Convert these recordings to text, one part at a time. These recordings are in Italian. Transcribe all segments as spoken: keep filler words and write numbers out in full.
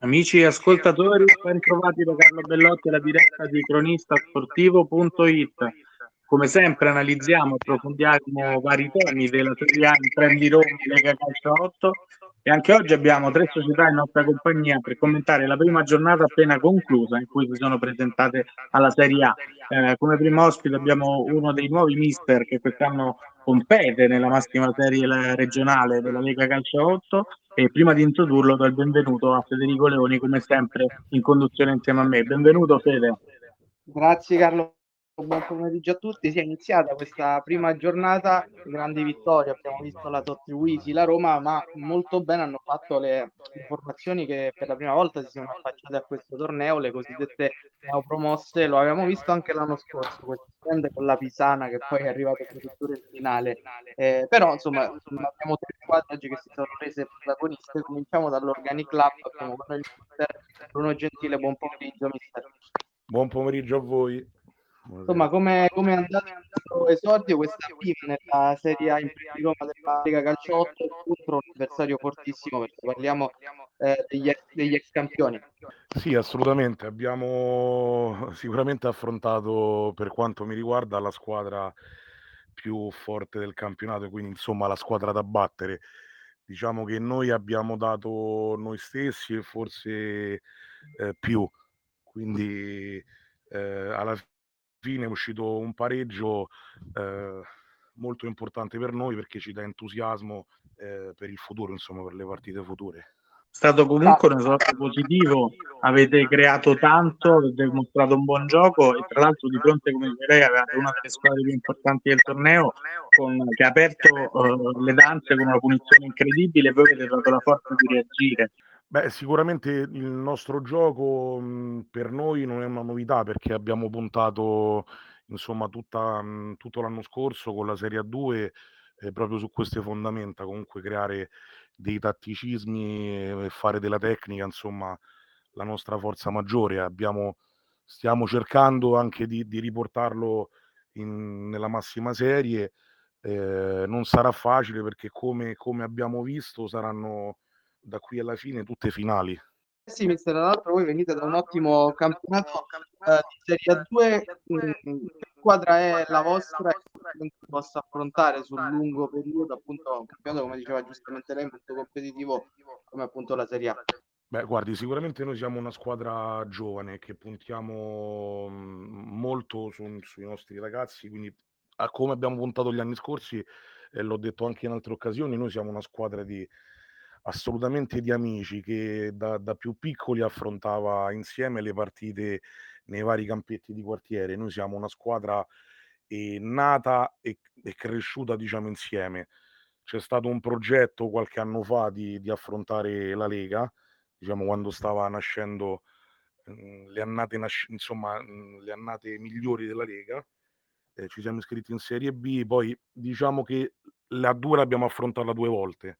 Amici e ascoltatori, ben trovati da Carlo Bellotti alla diretta di cronistasportivo punto it. Come sempre analizziamo e approfondiamo vari temi della Serie A, Inter di Roma, Lega Calcio otto, e anche oggi abbiamo tre società in nostra compagnia per commentare la prima giornata appena conclusa in cui si sono presentate alla Serie A. Eh, come primo ospite abbiamo uno dei nuovi mister che quest'anno compete nella massima serie regionale della Lega Calcio otto, e prima di introdurlo do il benvenuto a Federico Leoni, come sempre in conduzione insieme a me. Benvenuto Fede. Grazie Carlo, buon pomeriggio a tutti. Si è iniziata questa prima giornata, grandi vittorie, abbiamo visto la Totti Luisi, la Roma, ma molto bene hanno fatto le informazioni che per la prima volta si sono affacciate a questo torneo, le cosiddette neopromosse. Lo avevamo visto anche l'anno scorso, questo weekend con la Pisana che poi è arrivato addirittura in finale. Eh, però insomma abbiamo tre squadre oggi che si sono rese protagoniste. Cominciamo dall'Organic Club, abbiamo con il mister Bruno Gentile. Buon pomeriggio mister. Buon pomeriggio a voi. Insomma, come è andato questo esordio, questa prima nella Serie A in di Roma della Lega Calcio otto contro un avversario fortissimo, perché parliamo eh, degli, ex, degli ex campioni. Sì, assolutamente. Abbiamo sicuramente affrontato, per quanto mi riguarda, la squadra più forte del campionato, quindi insomma la squadra da battere. Diciamo che noi abbiamo dato noi stessi e forse eh, più, quindi eh, alla fine è uscito un pareggio eh, molto importante per noi, perché ci dà entusiasmo eh, per il futuro, insomma, per le partite future. È stato comunque un esordio positivo, avete creato tanto, avete dimostrato un buon gioco e tra l'altro di fronte, come dice lei, avevate una delle squadre più importanti del torneo con, che ha aperto uh, le danze con una punizione incredibile, e voi avete trovato la forza di reagire. Beh, sicuramente il nostro gioco mh, per noi non è una novità, perché abbiamo puntato insomma tutta, mh, tutto l'anno scorso con la Serie A due eh, proprio su queste fondamenta, comunque creare dei tatticismi e fare della tecnica, insomma, la nostra forza maggiore. Abbiamo, stiamo cercando anche di, di riportarlo in, nella massima serie. Eh, non sarà facile, perché come, come abbiamo visto saranno da qui alla fine tutte finali. Sì, mister, tra l'altro voi venite da un ottimo campionato eh, di Serie A due. Mh, che squadra è la vostra che possa affrontare sul lungo periodo appunto un campionato, come diceva giustamente lei, molto competitivo come appunto la Serie A? Beh, guardi, sicuramente noi siamo una squadra giovane che puntiamo molto su, sui nostri ragazzi, quindi a come abbiamo puntato gli anni scorsi, e l'ho detto anche in altre occasioni, noi siamo una squadra di assolutamente di amici che da, da più piccoli affrontava insieme le partite nei vari campetti di quartiere. Noi siamo una squadra eh, nata e, e cresciuta, diciamo, insieme. C'è stato un progetto qualche anno fa di, di affrontare la Lega, diciamo quando stava nascendo mh, le annate, nasc- insomma, mh, le annate migliori della Lega. Eh, ci siamo iscritti in Serie B, poi diciamo che la due l'abbiamo affrontata due volte,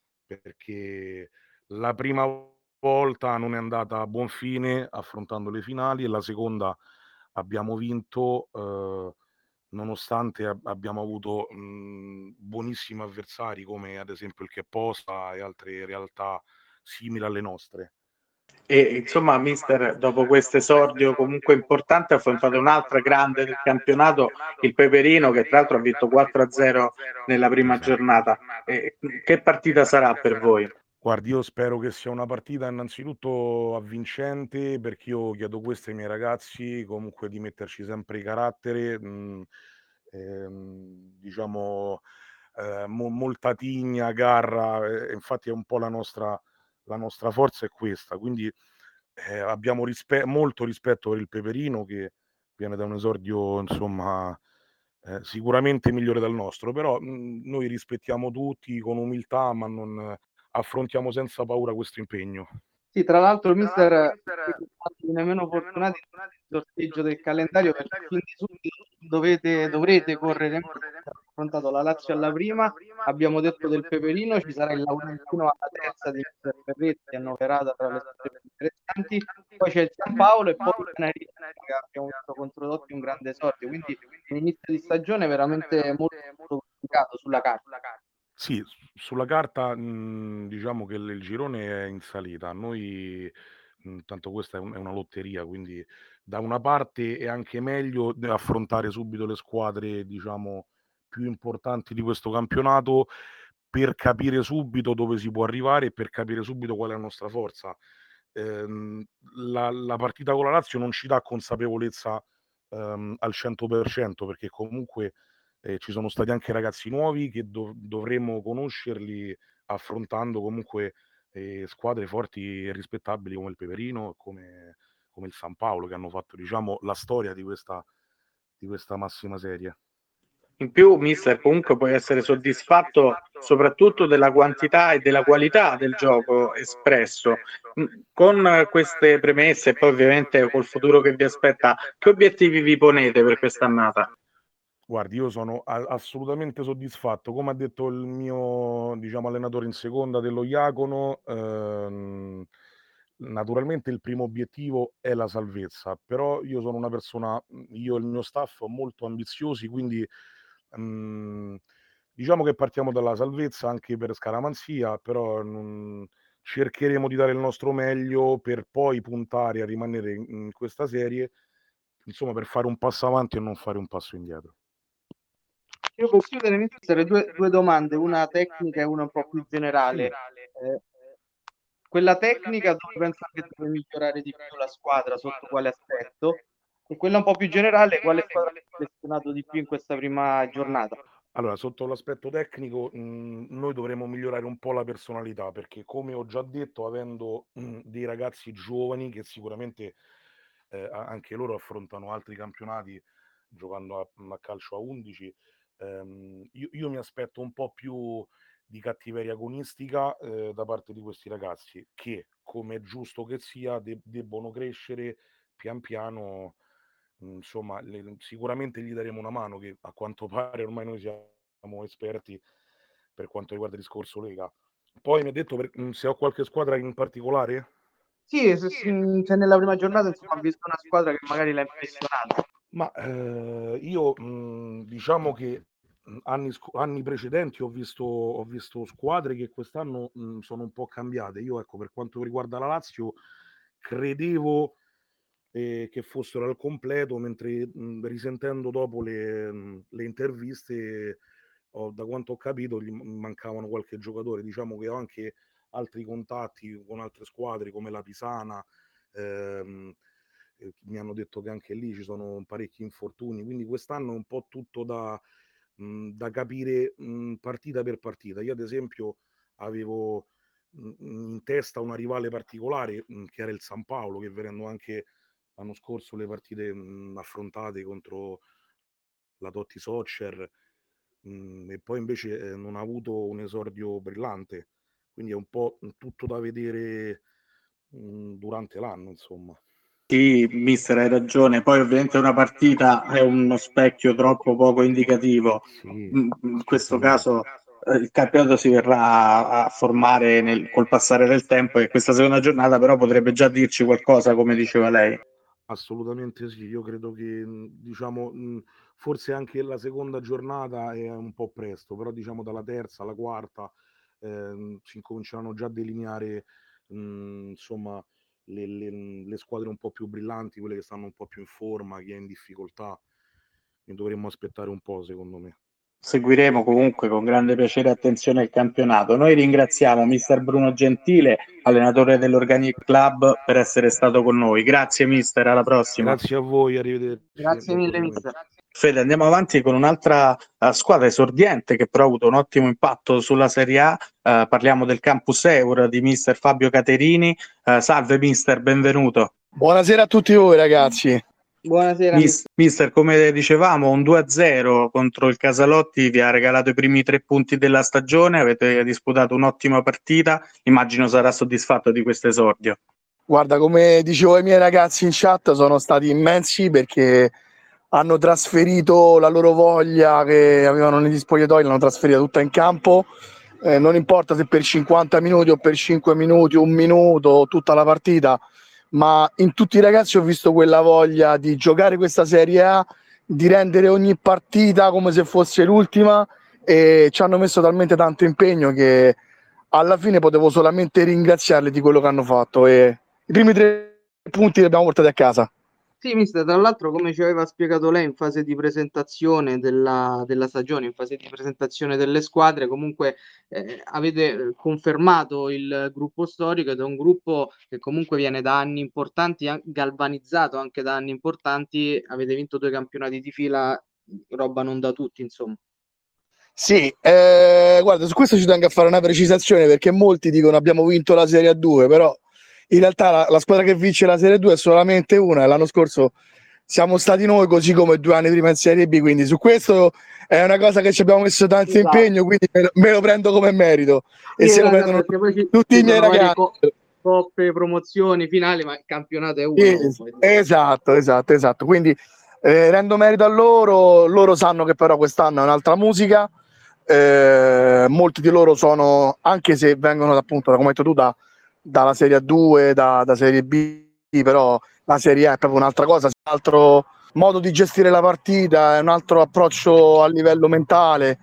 perché la prima volta non è andata a buon fine affrontando le finali, e la seconda abbiamo vinto eh, nonostante ab- abbiamo avuto mh, buonissimi avversari, come ad esempio il Chieposta e altre realtà simili alle nostre. E insomma, mister, dopo questo esordio comunque importante, affrontate un'altra grande del campionato, il Peperino, che tra l'altro ha vinto quattro a zero nella prima Esatto. giornata. E che partita sarà per voi? Guardi, io spero che sia una partita innanzitutto avvincente, perché io chiedo questo ai miei ragazzi, comunque di metterci sempre di carattere, mh, ehm, diciamo eh, mo- molta tigna, garra, eh, infatti è un po' la nostra, la nostra forza è questa, quindi eh, abbiamo rispe- molto rispetto per il Peperino, che viene da un esordio insomma eh, sicuramente migliore del nostro, però mh, noi rispettiamo tutti con umiltà, ma non affrontiamo senza paura questo impegno. Sì, tra l'altro il mister nemmeno fortunati nel sorteggio del calendario, perché quindi subito dovete, dovrete correre. Abbiamo affrontato la Lazio alla prima, abbiamo detto del Peperino, ci sarà il Laurentino alla terza di mister Ferretti, annoverata tra le squadre più interessanti, poi c'è il San Paolo e poi il Tenerife, che abbiamo visto contro Dotti un grande esordio, quindi un inizio di stagione veramente molto complicato sulla carta. Sì, sulla carta mh, diciamo che il, il girone è in salita. Noi, mh, tanto questa è, un- è una lotteria, quindi da una parte è anche meglio de- affrontare subito le squadre, diciamo, più importanti di questo campionato per capire subito dove si può arrivare e per capire subito qual è la nostra forza. Ehm, la, la partita con la Lazio non ci dà consapevolezza ehm, al cento per cento perché comunque eh, ci sono stati anche ragazzi nuovi che dov- dovremmo conoscerli affrontando comunque eh, squadre forti e rispettabili come il Peperino, come, come il San Paolo, che hanno fatto diciamo la storia di questa, di questa massima serie. In più, mister, comunque puoi essere soddisfatto soprattutto della quantità e della qualità del gioco espresso. Mm, Con queste premesse e poi ovviamente col futuro che vi aspetta, che obiettivi vi ponete per quest'annata? Guardi, io sono a- assolutamente soddisfatto. Come ha detto il mio, diciamo, allenatore in seconda dello Iacono, ehm, naturalmente il primo obiettivo è la salvezza, però io sono una persona, io e il mio staff molto ambiziosi, quindi mm, diciamo che partiamo dalla salvezza anche per scaramanzia, però mm, cercheremo di dare il nostro meglio per poi puntare a rimanere in in questa serie, insomma, per fare un passo avanti e non fare un passo indietro. Io posso chiudere, mister, due, due domande, una tecnica e una un po' più Sì. generale. Eh, quella tecnica dove pensa che deve migliorare di più la squadra, sotto quale aspetto? E quella un po' più generale, quale squadra ha impressionato di più in questa prima giornata? Allora, sotto l'aspetto tecnico, mh, noi dovremmo migliorare un po' la personalità, perché come ho già detto, avendo mh, dei ragazzi giovani che sicuramente eh, a- anche loro affrontano altri campionati giocando a, a calcio a undici, ehm, io, io mi aspetto un po' più di cattiveria agonistica eh, da parte di questi ragazzi, che, come è giusto che sia, de- debbono crescere pian piano. Mhmm, insomma, le sicuramente gli daremo una mano, che a quanto pare ormai noi siamo esperti per quanto riguarda il discorso Lega. Poi mi ha detto per mhmm, se ho qualche squadra in particolare? Sì, se, se- se nella prima giornata insomma, ha visto una squadra che magari l'ha impressionato. Ma, ehm, io, mhmm, diciamo che, mhmm, anni sc anni precedenti ho visto ho visto squadre che quest'anno, mhmm, sono un po' cambiate. Io, ecco, per quanto riguarda la Lazio, credevo, ehm, che fossero al completo, mentre, mhmm, risentendo dopo le mhmm, le interviste, ho da quanto ho capito gli m mancavano qualche giocatore. Diciamo che ho anche altri contatti con altre squadre come la Pisana, ehm eh, mi hanno detto che anche lì ci sono parecchi infortuni, quindi quest'anno è un po' tutto da, mh, da capire mh, partita per partita. Io ad esempio avevo mh, in testa una rivale particolare mh, che era il San Paolo, che vedendo anche l'anno scorso le partite mh, affrontate contro la Totti Soccer, mh, e poi invece eh, non ha avuto un esordio brillante, quindi è un po' tutto da vedere mh, durante l'anno, insomma. Sì, mister, hai ragione. Poi ovviamente una partita è uno specchio troppo poco indicativo. Sì, Mm, In questo certamente. caso eh, il campionato si verrà a, a formare nel- col passare del tempo e questa seconda giornata però potrebbe già dirci qualcosa, come diceva lei. Assolutamente sì, io credo che, mhmm, diciamo, mhmm, forse anche la seconda giornata è un po' presto, però diciamo dalla terza alla quarta, ehm, si incominceranno già a delineare, mhmm, insomma le le mhmm, le squadre un po' più brillanti, quelle che stanno un po' più in forma, chi è in difficoltà, e dovremmo aspettare un po' secondo me. Seguiremo comunque con grande piacere e attenzione il campionato. Noi ringraziamo mister Bruno Gentile, allenatore dell'Organic Club, per essere stato con noi. Grazie mister, alla prossima. Grazie a voi, arrivederci, Grazie buon mille, proseguimento. mister. Fede, andiamo avanti con un'altra eh, squadra esordiente che però ha avuto un ottimo impatto sulla Serie A. Eh, parliamo del Campus Eur di mister Fabio Caterini. Eh, salve mister, benvenuto. Buonasera a tutti voi ragazzi. Buonasera, Mis- mister, come dicevamo, un due a zero contro il Casalotti vi ha regalato i primi tre punti della stagione, avete disputato un'ottima partita, immagino sarà soddisfatto di questo esordio. Guarda, come dicevo ai miei ragazzi in chat, sono stati immensi perché hanno trasferito la loro voglia che avevano negli spogliatoi, l'hanno trasferita tutta in campo. Eh, non importa se per cinquanta minuti o per cinque minuti, un minuto, tutta la partita, ma in tutti i ragazzi ho visto quella voglia di giocare questa Serie A, di rendere ogni partita come se fosse l'ultima e ci hanno messo talmente tanto impegno che alla fine potevo solamente ringraziarli di quello che hanno fatto e i primi tre punti li abbiamo portati a casa. Sì, mister, tra l'altro, come ci aveva spiegato lei in fase di presentazione della, della stagione, in fase di presentazione delle squadre, comunque eh, avete confermato il gruppo storico ed è un gruppo che comunque viene da anni importanti, an- galvanizzato anche da anni importanti. Avete vinto due campionati di fila, roba non da tutti, insomma. Sì, eh, guarda, su questo ci tengo a fare una precisazione perché molti dicono abbiamo vinto la Serie A due, però in realtà la, la squadra che vince la Serie due è solamente una e l'anno scorso siamo stati noi, così come due anni prima in Serie B, quindi su questo è una cosa che ci abbiamo messo tanto Esatto. impegno, quindi me lo, me lo prendo come merito e Sì, se lo esatto, prendono perché poi ci, tutti ci i miei sono varie ragazzi. co- coppe, promozioni, finali, ma il campionato è Sì, uno. Poi. esatto, esatto, esatto. Quindi eh, rendo merito a loro, loro sanno che però quest'anno è un'altra musica. Eh, molti di loro sono, anche se vengono appunto, come hai detto tu, da, dalla Serie A due, da, da Serie B, però la Serie A è proprio un'altra cosa, è un altro modo di gestire la partita, è un altro approccio a livello mentale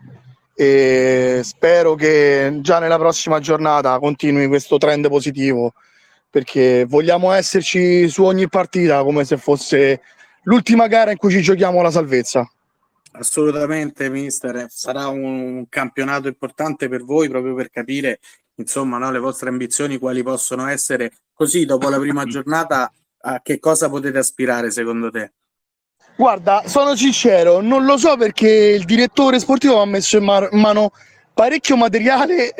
e spero che già nella prossima giornata continui questo trend positivo perché vogliamo esserci su ogni partita come se fosse l'ultima gara in cui ci giochiamo la salvezza. Assolutamente, mister, sarà un campionato importante per voi proprio per capire, insomma, no, le vostre ambizioni quali possono essere, così dopo la prima giornata a che cosa potete aspirare secondo te? Guarda, sono sincero, non lo so perché il direttore sportivo mi ha messo in mar- mano parecchio materiale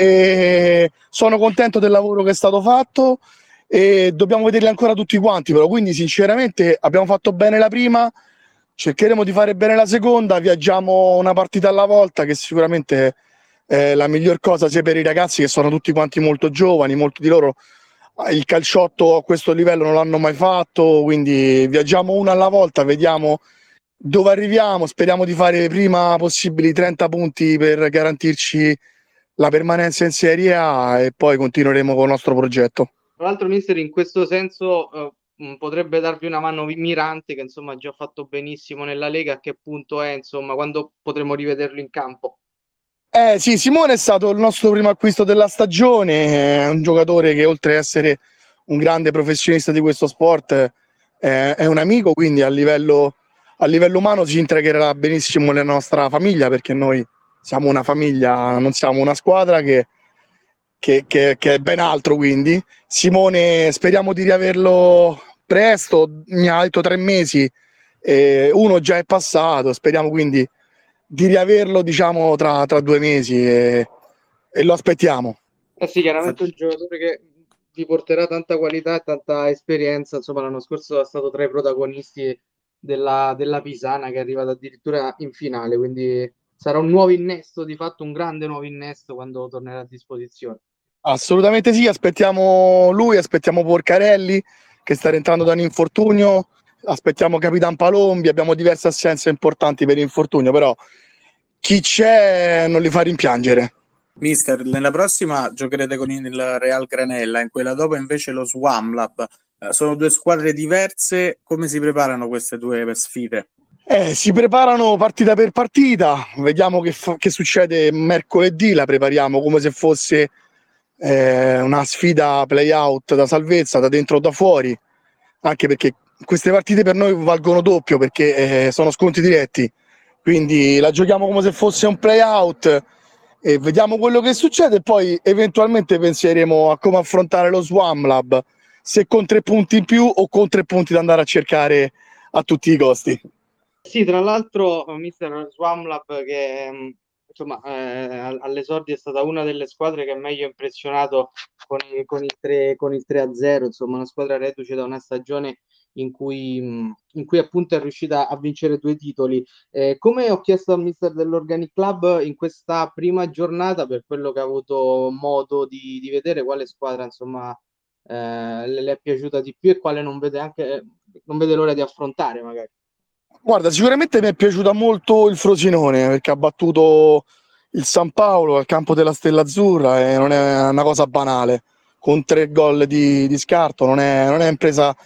e sono contento del lavoro che è stato fatto e dobbiamo vederli ancora tutti quanti, però quindi sinceramente abbiamo fatto bene la prima, cercheremo di fare bene la seconda, viaggiamo una partita alla volta che sicuramente è la miglior cosa sia per i ragazzi che sono tutti quanti molto giovani, molti di loro il calciotto a questo livello non l'hanno mai fatto, quindi viaggiamo una alla volta, vediamo dove arriviamo, speriamo di fare prima possibili trenta punti per garantirci la permanenza in Serie A e poi continueremo con il nostro progetto. Tra l'altro, mister, in questo senso eh, potrebbe darvi una mano Mirante, che insomma ha già fatto benissimo nella Lega. A che punto è, insomma, quando potremo rivederlo in campo? Eh sì, Simone è stato il nostro primo acquisto della stagione, è un giocatore che oltre ad essere un grande professionista di questo sport eh, è un amico, quindi a livello, a livello umano si integrerà benissimo nella nostra famiglia perché noi siamo una famiglia, non siamo una squadra che, che, che, che è ben altro, quindi Simone speriamo di riaverlo presto, mi ha detto tre mesi, eh, uno già è passato, speriamo quindi di riaverlo diciamo tra, tra due mesi e, e lo aspettiamo. Eh sì, chiaramente un giocatore che vi porterà tanta qualità e tanta esperienza. Insomma, l'anno scorso è stato tra i protagonisti della, della Pisana, che è arrivata addirittura in finale, quindi sarà un nuovo innesto, di fatto un grande nuovo innesto quando tornerà a disposizione. Assolutamente sì, aspettiamo lui, aspettiamo Porcarelli che sta rientrando da un infortunio, aspettiamo Capitan Palombi, abbiamo diverse assenze importanti per infortunio, però chi c'è non li fa rimpiangere. Mister, nella prossima giocherete con il Real Granella, in quella dopo invece lo Swamlab. Eh, sono due squadre diverse, come si preparano queste due sfide? Eh, si preparano partita per partita, vediamo che, fa- che succede mercoledì, la prepariamo come se fosse eh, una sfida play-out da salvezza, da dentro o da fuori, anche perché queste partite per noi valgono doppio perché eh, sono scontri diretti, quindi la giochiamo come se fosse un play-out e vediamo quello che succede e poi eventualmente penseremo a come affrontare lo Swamlab, se con tre punti in più o con tre punti da andare a cercare a tutti i costi. Sì, tra l'altro, mister Swamlab, che mh, insomma eh, all'esordio è stata una delle squadre che ha meglio impressionato con, i- con il tre, con il tre a zero, insomma, una squadra reduce da una stagione in cui, mh, in cui appunto è riuscita a vincere due titoli. Eh, come ho chiesto al mister dell'Organic Club in questa prima giornata, per quello che ha avuto modo di, di vedere, quale squadra insomma eh, le, le è piaciuta di più e quale non vede anche, non vede l'ora di affrontare, magari. Guarda, sicuramente mi è piaciuta molto il Frosinone perché ha battuto il San Paolo al campo della Stella Azzurra e non è una cosa banale, con tre gol di, di scarto, non è, non è impresa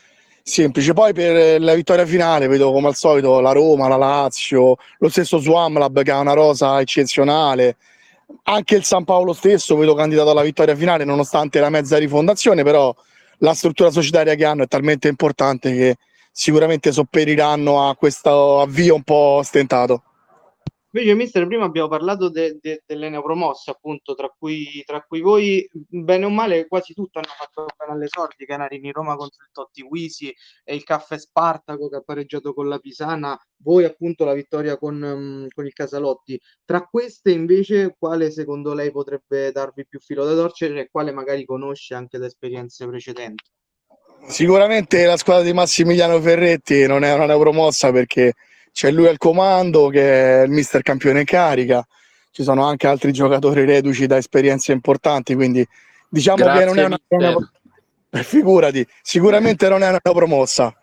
semplice. Poi per la vittoria finale vedo come al solito la Roma, la Lazio, lo stesso Swamlab che ha una rosa eccezionale, anche il San Paolo stesso vedo candidato alla vittoria finale nonostante la mezza rifondazione, però la struttura societaria che hanno è talmente importante che sicuramente sopperiranno a questo avvio un po' stentato. Invece, mister, prima abbiamo parlato de, de, delle neopromosse, appunto, tra cui, tra cui voi, bene o male, quasi tutto hanno fatto bene alle sorti, Canarini Roma contro il Totti Wisi e il Caffè Spartaco che ha pareggiato con la Pisana, voi appunto la vittoria con, um, con il Casalotti. Tra queste invece, quale secondo lei potrebbe darvi più filo da torcere e quale magari conosce anche da esperienze precedenti? Sicuramente la squadra di Massimiliano Ferretti non è una neopromossa perché c'è lui al comando che è il mister campione in carica, ci sono anche altri giocatori reduci da esperienze importanti, quindi diciamo Grazie, che non è una, una figurati, sicuramente non è una neopromossa.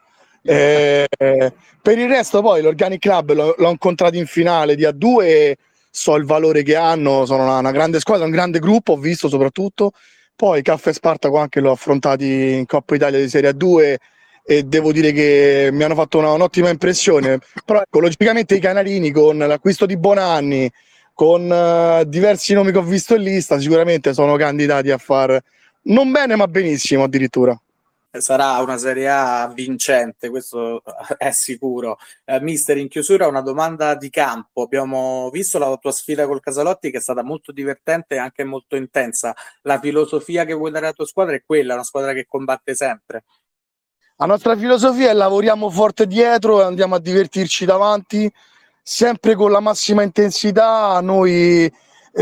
Eh, per il resto poi l'Organic Club l'ho, l'ho incontrato in finale di A due e so il valore che hanno, sono una, una grande squadra, un grande gruppo, ho visto soprattutto. Poi Caffè Spartaco anche l'ho affrontati in Coppa Italia di Serie A due e devo dire che mi hanno fatto una, un'ottima impressione, però ecco, logicamente i Canarini con l'acquisto di Bonanni, con uh, diversi nomi che ho visto in lista, sicuramente sono candidati a far non bene ma benissimo addirittura. Sarà una Serie A vincente, questo è sicuro. Eh, mister, in chiusura una domanda di campo. Abbiamo visto la tua sfida col Casalotti che è stata molto divertente e anche molto intensa. La filosofia che vuoi dare alla tua squadra è quella, una squadra che combatte sempre. La nostra filosofia è lavoriamo forte dietro e andiamo a divertirci davanti, sempre con la massima intensità. Noi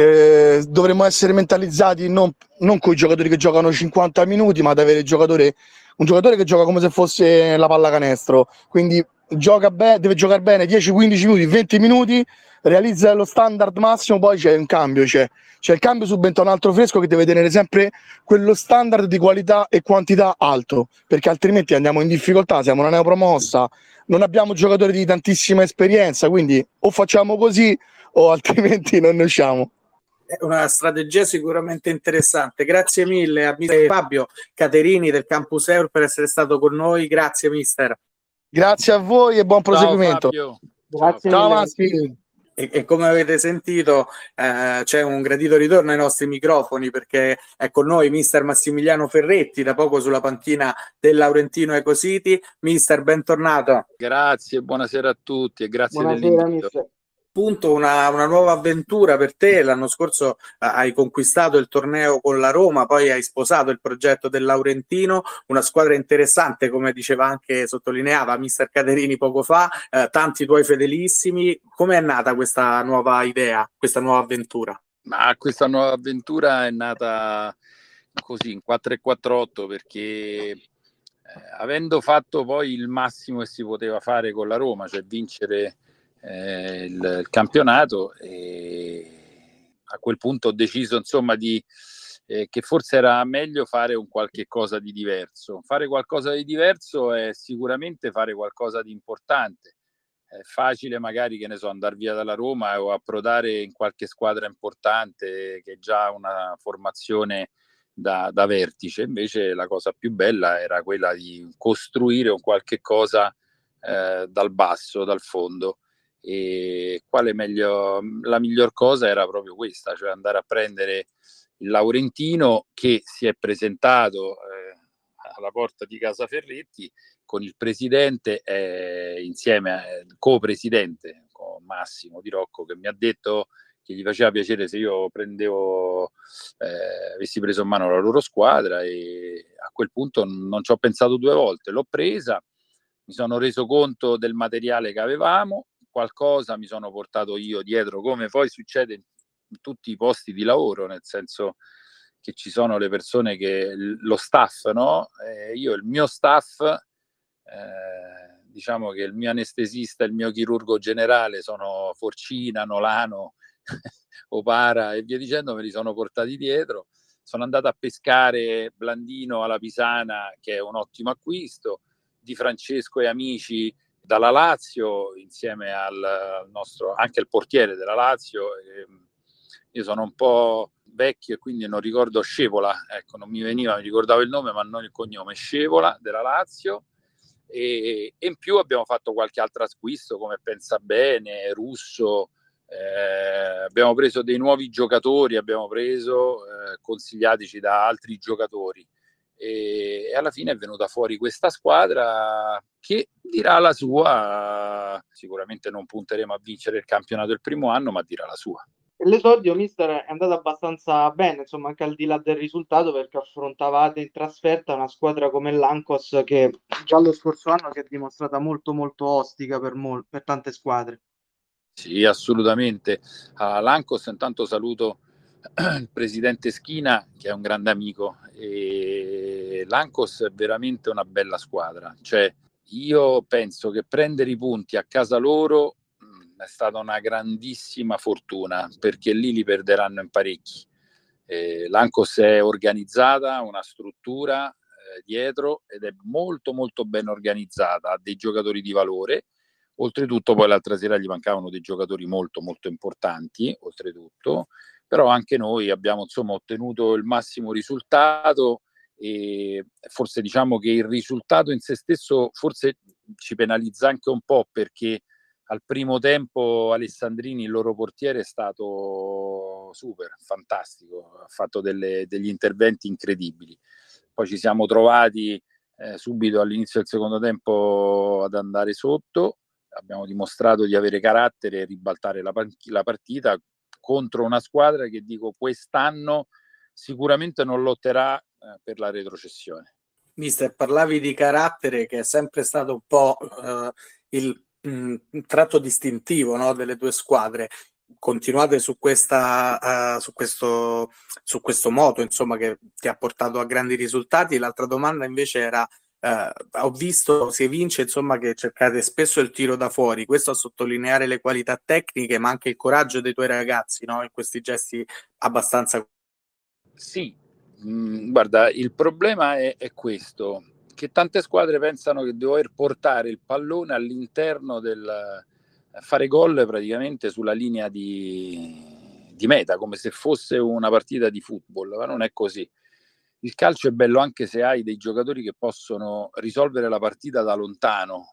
eh, dovremmo essere mentalizzati non, non con i giocatori che giocano cinquanta minuti, ma ad avere il giocatore, un giocatore che gioca come se fosse la pallacanestro, quindi gioca be- deve giocare bene dieci quindici minuti, venti minuti, realizza lo standard massimo, poi c'è un cambio, c'è, c'è il cambio, subentra un altro fresco che deve tenere sempre quello standard di qualità e quantità alto, perché altrimenti andiamo in difficoltà, siamo una neopromossa, non abbiamo giocatori di tantissima esperienza, quindi o facciamo così o altrimenti non ne usciamo. È una strategia sicuramente interessante. Grazie mille a mister Fabio Caterini del Campus Eur per essere stato con noi. Grazie mister. Grazie a voi e buon proseguimento. Ciao, Grazie Ciao mille. Massi. E, e come avete sentito eh, c'è un gradito ritorno ai nostri microfoni perché è con noi mister Massimiliano Ferretti, da poco sulla panchina del Laurentino Eco City. Mister, bentornato. Grazie, buonasera a tutti e grazie Buonasera, dell'invito. mister. Appunto una, una nuova avventura per te. L'anno scorso eh, hai conquistato il torneo con la Roma, poi hai sposato il progetto del Laurentino, una squadra interessante, come diceva anche, sottolineava mister Caterini poco fa, eh, tanti tuoi fedelissimi. Come è nata questa nuova idea, questa nuova avventura? Ma questa nuova avventura è nata così in quattro e quattr'otto perché eh, avendo fatto poi il massimo che si poteva fare con la Roma, cioè vincere Eh, il, il campionato, e a quel punto ho deciso insomma di eh, che forse era meglio fare un qualche cosa di diverso. Fare qualcosa di diverso è sicuramente fare qualcosa di importante. È facile magari, che ne so, andare via dalla Roma o approdare in qualche squadra importante che già ha una formazione da, da vertice. Invece la cosa più bella era quella di costruire un qualche cosa eh, dal basso, dal fondo. E quale meglio, la miglior cosa era proprio questa, cioè andare a prendere il Laurentino che si è presentato eh, alla porta di Casa Ferretti con il presidente eh, insieme al co-presidente con Massimo Di Rocco, che mi ha detto che gli faceva piacere se io prendevo eh, avessi preso in mano la loro squadra, e a quel punto non ci ho pensato due volte, l'ho presa, mi sono reso conto del materiale che avevamo, qualcosa mi sono portato io dietro, come poi succede in tutti i posti di lavoro, nel senso che ci sono le persone che lo staff, no? Eh, io il mio staff, eh, diciamo che il mio anestesista, il mio chirurgo generale sono Forcina, Nolano, Opara e via dicendo, me li sono portati dietro. Sono andato a pescare Blandino alla Pisana, che è un ottimo acquisto, Di Francesco e amici dalla Lazio, insieme al, al nostro, anche il portiere della Lazio. E io sono un po' vecchio e quindi non ricordo Scevola, ecco, non mi veniva, mi ricordavo il nome ma non il cognome, Scevola della Lazio. e, e in più abbiamo fatto qualche altro acquisto come Pensabene, Russo, eh, abbiamo preso dei nuovi giocatori, abbiamo preso eh, consigliatici da altri giocatori e, e alla fine è venuta fuori questa squadra che dirà la sua. Sicuramente non punteremo a vincere il campionato il primo anno, ma dirà la sua. L'esordio, mister, è andato abbastanza bene, insomma, anche al di là del risultato, perché affrontavate in trasferta una squadra come l'Ancos che già lo scorso anno si è dimostrata molto molto ostica per, mol- per tante squadre. Sì, assolutamente. All'Ancos intanto saluto il presidente Schina, che è un grande amico, e l'Ancos è veramente una bella squadra. Cioè, io penso che prendere i punti a casa loro mh, è stata una grandissima fortuna, perché lì li perderanno in parecchi. Eh, L'Ancos è organizzata, una struttura eh, dietro, ed è molto molto ben organizzata, ha dei giocatori di valore. Oltretutto poi l'altra sera gli mancavano dei giocatori molto molto importanti, oltretutto, però anche noi abbiamo insomma ottenuto il massimo risultato e forse diciamo che il risultato in se stesso forse ci penalizza anche un po', perché al primo tempo Alessandrini, il loro portiere, è stato super, fantastico, ha fatto delle, degli interventi incredibili. Poi ci siamo trovati eh, subito all'inizio del secondo tempo ad andare sotto, abbiamo dimostrato di avere carattere e ribaltare la, la partita contro una squadra che dico quest'anno sicuramente non lotterà eh, per la retrocessione. Mister, parlavi di carattere, che è sempre stato un po' uh, il mh, tratto distintivo, no, delle due squadre. Continuate su questa uh, su questo su questo moto, insomma, che ti ha portato a grandi risultati. L'altra domanda invece era Uh, ho visto, si vince, insomma, che cercate spesso il tiro da fuori, questo a sottolineare le qualità tecniche ma anche il coraggio dei tuoi ragazzi, no? In questi gesti abbastanza. Sì, mh, guarda, il problema è, è questo, che tante squadre pensano che dover portare il pallone all'interno del fare gol praticamente sulla linea di, di meta, come se fosse una partita di football, ma non è così. Il calcio è bello anche se hai dei giocatori che possono risolvere la partita da lontano,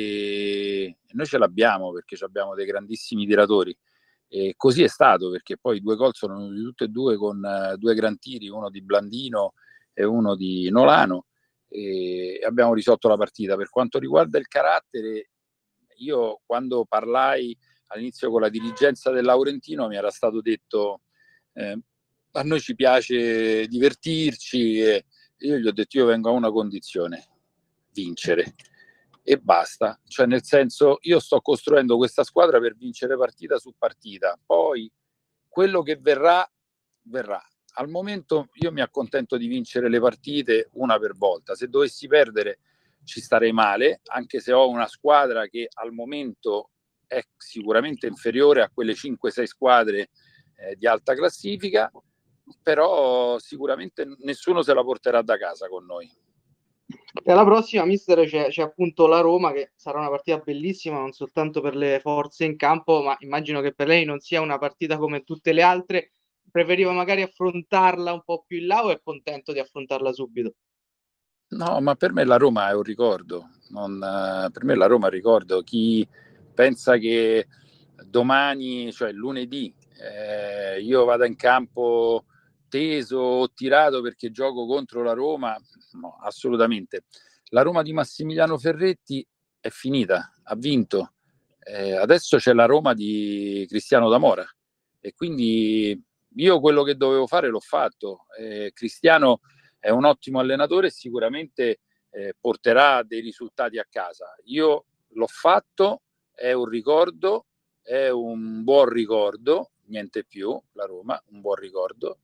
e noi ce l'abbiamo perché abbiamo dei grandissimi tiratori, e così è stato, perché poi i due gol sono venuti tutti e due con uh, due gran tiri, uno di Blandino e uno di Nolano, e abbiamo risolto la partita. Per quanto riguarda il carattere, io quando parlai all'inizio con la dirigenza del Laurentino mi era stato detto eh, a noi ci piace divertirci, e io gli ho detto io vengo a una condizione: vincere, e basta. Cioè, nel senso, io sto costruendo questa squadra per vincere partita su partita, poi quello che verrà verrà. Al momento io mi accontento di vincere le partite una per volta. Se dovessi perdere ci starei male, anche se ho una squadra che al momento è sicuramente inferiore a quelle cinque sei squadre eh, di alta classifica, però sicuramente nessuno se la porterà da casa con noi. E alla prossima, mister, c'è, c'è appunto la Roma, che sarà una partita bellissima non soltanto per le forze in campo, ma immagino che per lei non sia una partita come tutte le altre. Preferiva magari affrontarla un po' più in là o è contento di affrontarla subito? No, ma per me la Roma è un ricordo. Non, eh, per me la Roma è un ricordo. Chi pensa che domani, cioè lunedì, eh, io vada in campo teso o tirato perché gioco contro la Roma, no, assolutamente. La Roma di Massimiliano Ferretti è finita, ha vinto. Eh, adesso c'è la Roma di Cristiano D'Amora, e quindi io quello che dovevo fare l'ho fatto. Eh, Cristiano è un ottimo allenatore e sicuramente eh, porterà dei risultati a casa. Io l'ho fatto, è un ricordo, è un buon ricordo, niente più, la Roma, un buon ricordo.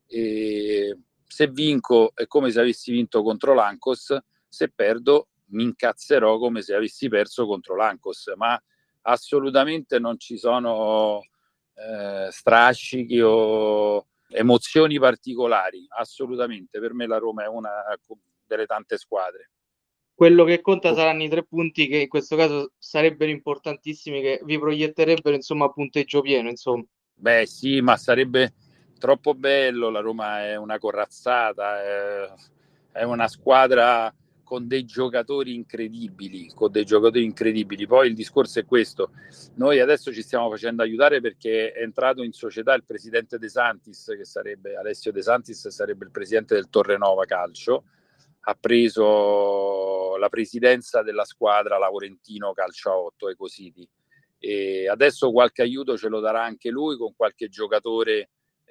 E se vinco è come se avessi vinto contro l'Ancos, se perdo mi incazzerò come se avessi perso contro l'Ancos, ma assolutamente non ci sono eh, strascichi o emozioni particolari, assolutamente. Per me la Roma è una delle tante squadre. Quello che conta saranno i tre punti, che in questo caso sarebbero importantissimi, che vi proietterebbero insomma a punteggio pieno, insomma. Beh sì, ma sarebbe troppo bello. La Roma è una corazzata, è, è una squadra con dei giocatori incredibili, con dei giocatori incredibili. Poi il discorso è questo: noi adesso ci stiamo facendo aiutare perché è entrato in società il presidente De Santis, che sarebbe Alessio De Santis, sarebbe il presidente del Torrenova Calcio, ha preso la presidenza della squadra Laurentino Calcio a otto Ecositi, e adesso qualche aiuto ce lo darà anche lui con qualche giocatore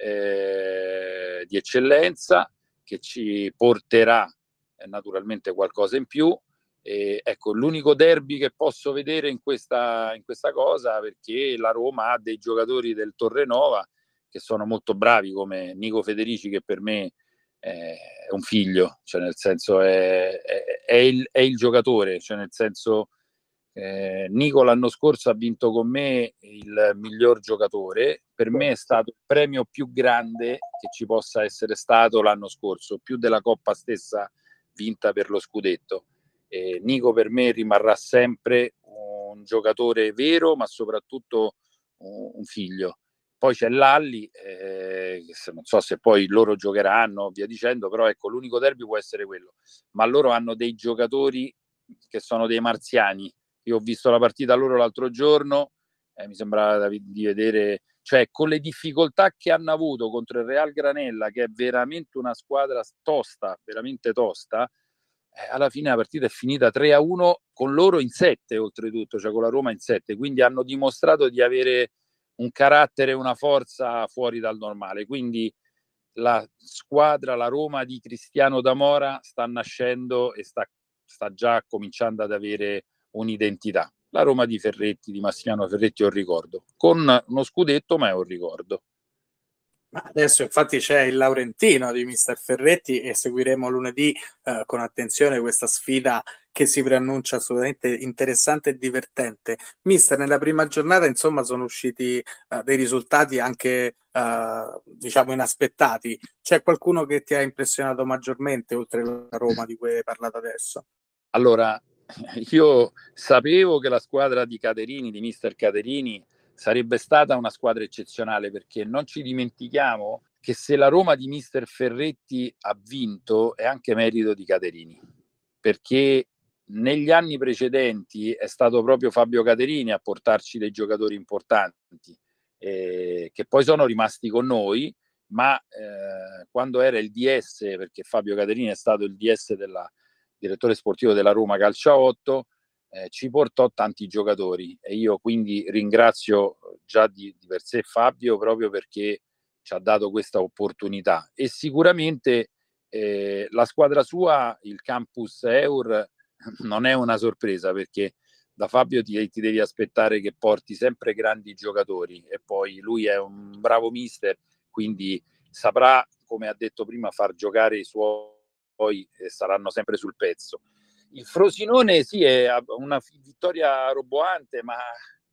eh, di eccellenza che ci porterà naturalmente qualcosa in più. E ecco, l'unico derby che posso vedere in questa, in questa cosa, perché la Roma ha dei giocatori del Torrenova che sono molto bravi, come Nico Federici, che per me è un figlio, cioè nel senso è, è, è, il, è il giocatore, cioè nel senso eh, Nico l'anno scorso ha vinto con me il miglior giocatore. Per me è stato il premio più grande che ci possa essere stato l'anno scorso, più della Coppa stessa vinta per lo scudetto. Eh, Nico per me rimarrà sempre un giocatore vero, ma soprattutto un, un figlio. Poi c'è Lalli, eh, che non so se poi loro giocheranno, via dicendo, però ecco, l'unico derby può essere quello. Ma loro hanno dei giocatori che sono dei marziani. Io ho visto la partita loro l'altro giorno, eh, mi sembrava di vedere, cioè con le difficoltà che hanno avuto contro il Real Granella, che è veramente una squadra tosta, veramente tosta, eh, alla fine la partita è finita tre a uno con loro in sette, oltretutto, cioè con la Roma in sette, quindi hanno dimostrato di avere un carattere e una forza fuori dal normale. Quindi la squadra, la Roma di Cristiano D'Amora, sta nascendo e sta, sta già cominciando ad avere un'identità. La Roma di Ferretti, di Massimiliano Ferretti, è un ricordo, con uno scudetto, ma è un ricordo. Ma adesso infatti c'è il Laurentino di mister Ferretti e seguiremo lunedì eh, con attenzione questa sfida che si preannuncia assolutamente interessante e divertente. Mister, nella prima giornata insomma sono usciti eh, dei risultati anche eh, diciamo inaspettati. C'è qualcuno che ti ha impressionato maggiormente oltre la Roma di cui hai parlato adesso? Allora, io sapevo che la squadra di Caterini, di mister Caterini, sarebbe stata una squadra eccezionale, perché non ci dimentichiamo che se la Roma di mister Ferretti ha vinto è anche merito di Caterini, perché negli anni precedenti è stato proprio Fabio Caterini a portarci dei giocatori importanti eh, che poi sono rimasti con noi, ma eh, quando era il D S, perché Fabio Caterini è stato il D S della direttore sportivo della Roma Calcio a otto, eh, ci portò tanti giocatori, e io quindi ringrazio già di, di per sé Fabio, proprio perché ci ha dato questa opportunità. E sicuramente eh, la squadra sua, il Campus Eur, non è una sorpresa, perché da Fabio ti, ti devi aspettare che porti sempre grandi giocatori, e poi lui è un bravo mister, quindi saprà, come ha detto prima, far giocare i suoi, poi eh, saranno sempre sul pezzo. Il Frosinone sì, è una vittoria roboante, ma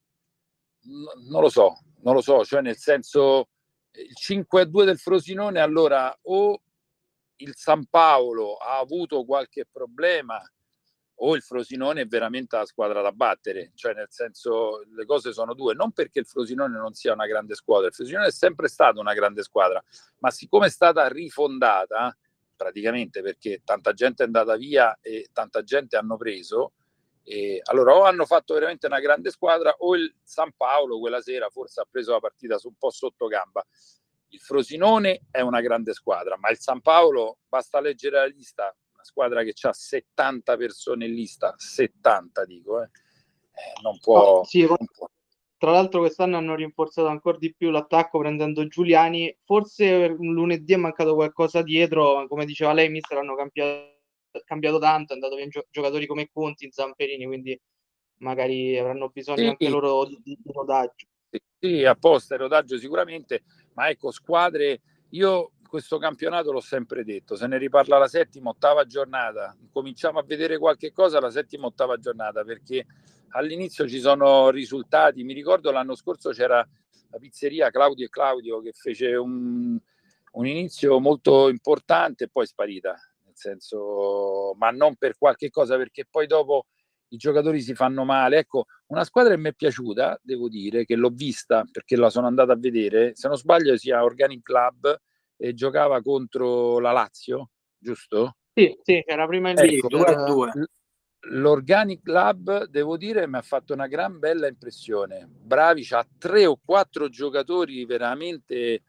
n- non lo so, non lo so, cioè nel senso, il cinque a due del Frosinone, allora o il San Paolo ha avuto qualche problema o il Frosinone è veramente la squadra da battere, cioè nel senso, le cose sono due, non perché il Frosinone non sia una grande squadra, il Frosinone è sempre stata una grande squadra, ma siccome è stata rifondata praticamente perché tanta gente è andata via e tanta gente hanno preso, e allora o hanno fatto veramente una grande squadra o il San Paolo quella sera forse ha preso la partita su un po' sotto gamba. Il Frosinone è una grande squadra, ma il San Paolo, basta leggere la lista, una squadra che ha settanta persone in lista, settanta dico, eh. Eh, non può, oh, sì, non può. Tra l'altro quest'anno hanno rinforzato ancora di più l'attacco prendendo Giuliani. Forse lunedì è mancato qualcosa dietro, come diceva lei, mister, hanno cambiato, cambiato tanto, è andato via gio- giocatori come Conti, Zamperini, quindi magari avranno bisogno Sì, anche loro di, di rodaggio. sì, sì, apposta il rodaggio sicuramente, ma ecco, squadre, io questo campionato l'ho sempre detto, se ne riparla la settima, ottava giornata, cominciamo a vedere qualche cosa la settima, ottava giornata, perché all'inizio ci sono risultati. Mi ricordo l'anno scorso c'era la pizzeria Claudio e Claudio che fece un, un inizio molto importante e poi è sparita, nel senso, ma non per qualche cosa, perché poi dopo i giocatori si fanno male. Ecco, una squadra che mi è piaciuta, devo dire, che l'ho vista perché la sono andata a vedere, se non sbaglio sia Organic Club, e giocava contro la Lazio, giusto? Sì, sì, c'era prima il Ecco, due a due. l'Organic Club, devo dire, mi ha fatto una gran bella impressione. Bravi, c'ha tre o quattro giocatori veramente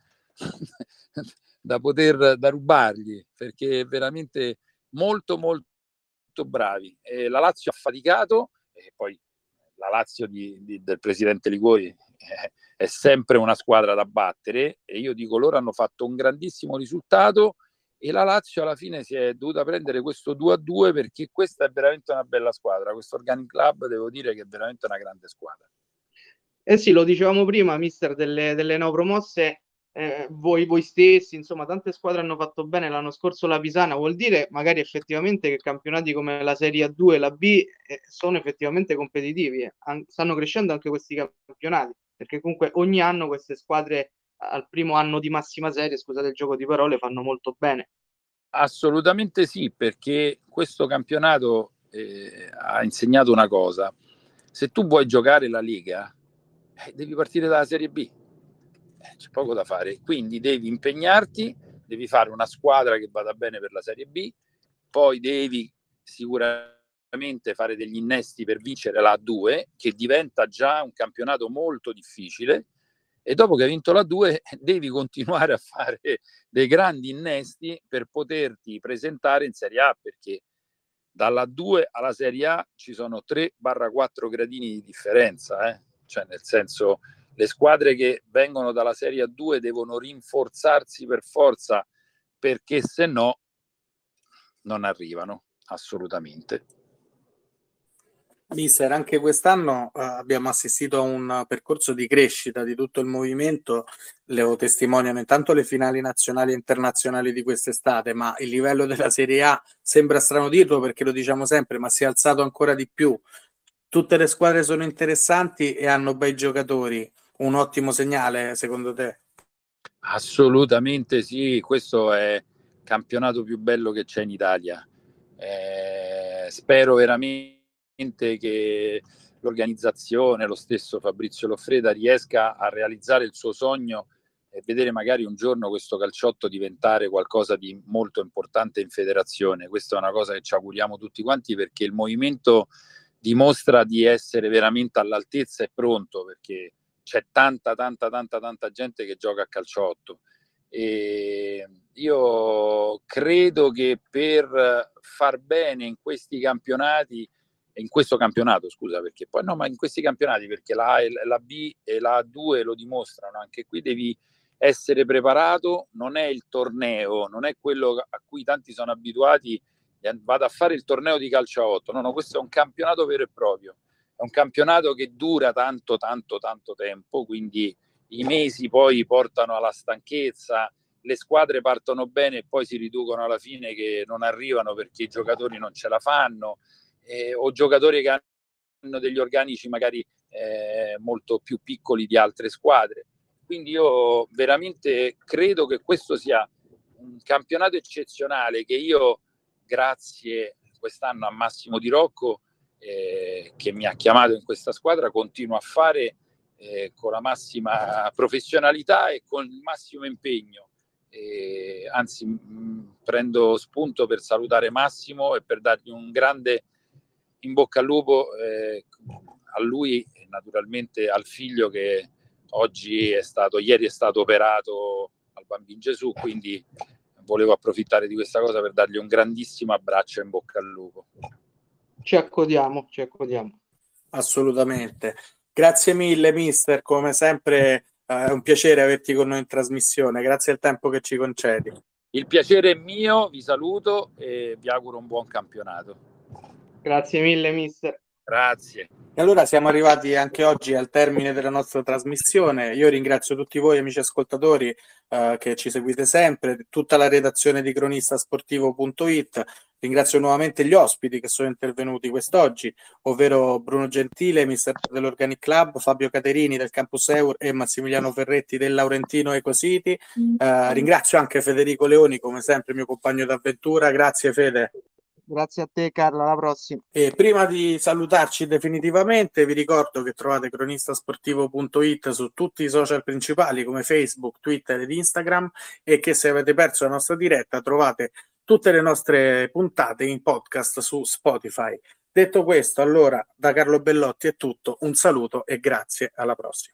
da poter da rubargli, perché veramente molto molto bravi. E la Lazio ha faticato, e poi la Lazio di, di, del presidente Liguori eh, è sempre una squadra da battere, e io dico, loro hanno fatto un grandissimo risultato e la Lazio alla fine si è dovuta prendere questo due a due, perché questa è veramente una bella squadra. Questo Organic Club, devo dire che è veramente una grande squadra. Eh sì, lo dicevamo prima, mister, delle, delle neopromosse, eh, voi, voi stessi, insomma, tante squadre hanno fatto bene l'anno scorso la Pisana, vuol dire magari effettivamente che campionati come la Serie A due e la B eh, sono effettivamente competitivi, eh. An- stanno crescendo anche questi campionati, perché comunque ogni anno queste squadre al primo anno di massima serie, scusate il gioco di parole, fanno molto bene. Assolutamente sì, perché questo campionato eh, ha insegnato una cosa: se tu vuoi giocare la Lega eh, devi partire dalla Serie B, eh, c'è poco da fare, quindi devi impegnarti, devi fare una squadra che vada bene per la Serie B, poi devi sicuramente fare degli innesti per vincere la A due, che diventa già un campionato molto difficile, e dopo che hai vinto la due devi continuare a fare dei grandi innesti per poterti presentare in Serie A, perché dalla due alla Serie A ci sono tre quattro gradini di differenza, eh? Cioè, nel senso, le squadre che vengono dalla Serie A due devono rinforzarsi per forza, perché se no non arrivano assolutamente. Mister, anche quest'anno uh, abbiamo assistito a un percorso di crescita di tutto il movimento, lo testimoniano intanto le finali nazionali e internazionali di quest'estate, ma il livello della Serie A, sembra strano dirlo perché lo diciamo sempre, ma si è alzato ancora di più. Tutte le squadre sono interessanti e hanno bei giocatori, un ottimo segnale secondo te? Assolutamente sì, questo è il campionato più bello che c'è in Italia. Eh, spero veramente che l'organizzazione, lo stesso Fabrizio Loffreda, riesca a realizzare il suo sogno e vedere magari un giorno questo calciotto diventare qualcosa di molto importante in federazione. Questa è una cosa che ci auguriamo tutti quanti, perché il movimento dimostra di essere veramente all'altezza e pronto, perché c'è tanta tanta tanta tanta gente che gioca a calciotto, e io credo che per far bene in questi campionati, in questo campionato scusa, perché poi no, ma in questi campionati, perché la, la B e la A due lo dimostrano, anche qui devi essere preparato, non è il torneo, non è quello a cui tanti sono abituati, vado a fare il torneo di calcio a otto, no no, questo è un campionato vero e proprio, è un campionato che dura tanto tanto tanto tempo, quindi i mesi poi portano alla stanchezza, le squadre partono bene e poi si riducono alla fine che non arrivano perché i giocatori non ce la fanno, eh, o giocatori che hanno degli organici magari eh, molto più piccoli di altre squadre. Quindi io veramente credo che questo sia un campionato eccezionale, che io, grazie quest'anno a Massimo Di Rocco, eh, che mi ha chiamato in questa squadra, continuo a fare eh, con la massima professionalità e con il massimo impegno. Eh, anzi, mh, prendo spunto per salutare Massimo e per dargli un grande in bocca al lupo, eh, a lui e naturalmente al figlio, che oggi è stato, ieri è stato operato al Bambino Gesù, quindi volevo approfittare di questa cosa per dargli un grandissimo abbraccio e in bocca al lupo. Ci accodiamo, ci accodiamo. Assolutamente. Grazie mille, mister, come sempre eh, è un piacere averti con noi in trasmissione, grazie al tempo che ci concedi. Il piacere è mio, vi saluto e vi auguro un buon campionato. Grazie mille, mister. Grazie. E allora siamo arrivati anche oggi al termine della nostra trasmissione. Io ringrazio tutti voi amici ascoltatori eh, che ci seguite sempre, tutta la redazione di cronistasportivo punto it. Ringrazio nuovamente gli ospiti che sono intervenuti quest'oggi, ovvero Bruno Gentile, mister dell'Organic Club, Fabio Caterini del Campus Eur e Massimiliano Ferretti del Laurentino Ecositi. Eh, ringrazio anche Federico Leoni, come sempre mio compagno d'avventura. Grazie Fede. Grazie a te Carlo, alla prossima. E prima di salutarci definitivamente vi ricordo che trovate cronistasportivo punto it su tutti i social principali come Facebook, Twitter ed Instagram, e che se avete perso la nostra diretta trovate tutte le nostre puntate in podcast su Spotify. Detto questo, allora, da Carlo Bellotti è tutto, un saluto e grazie, alla prossima.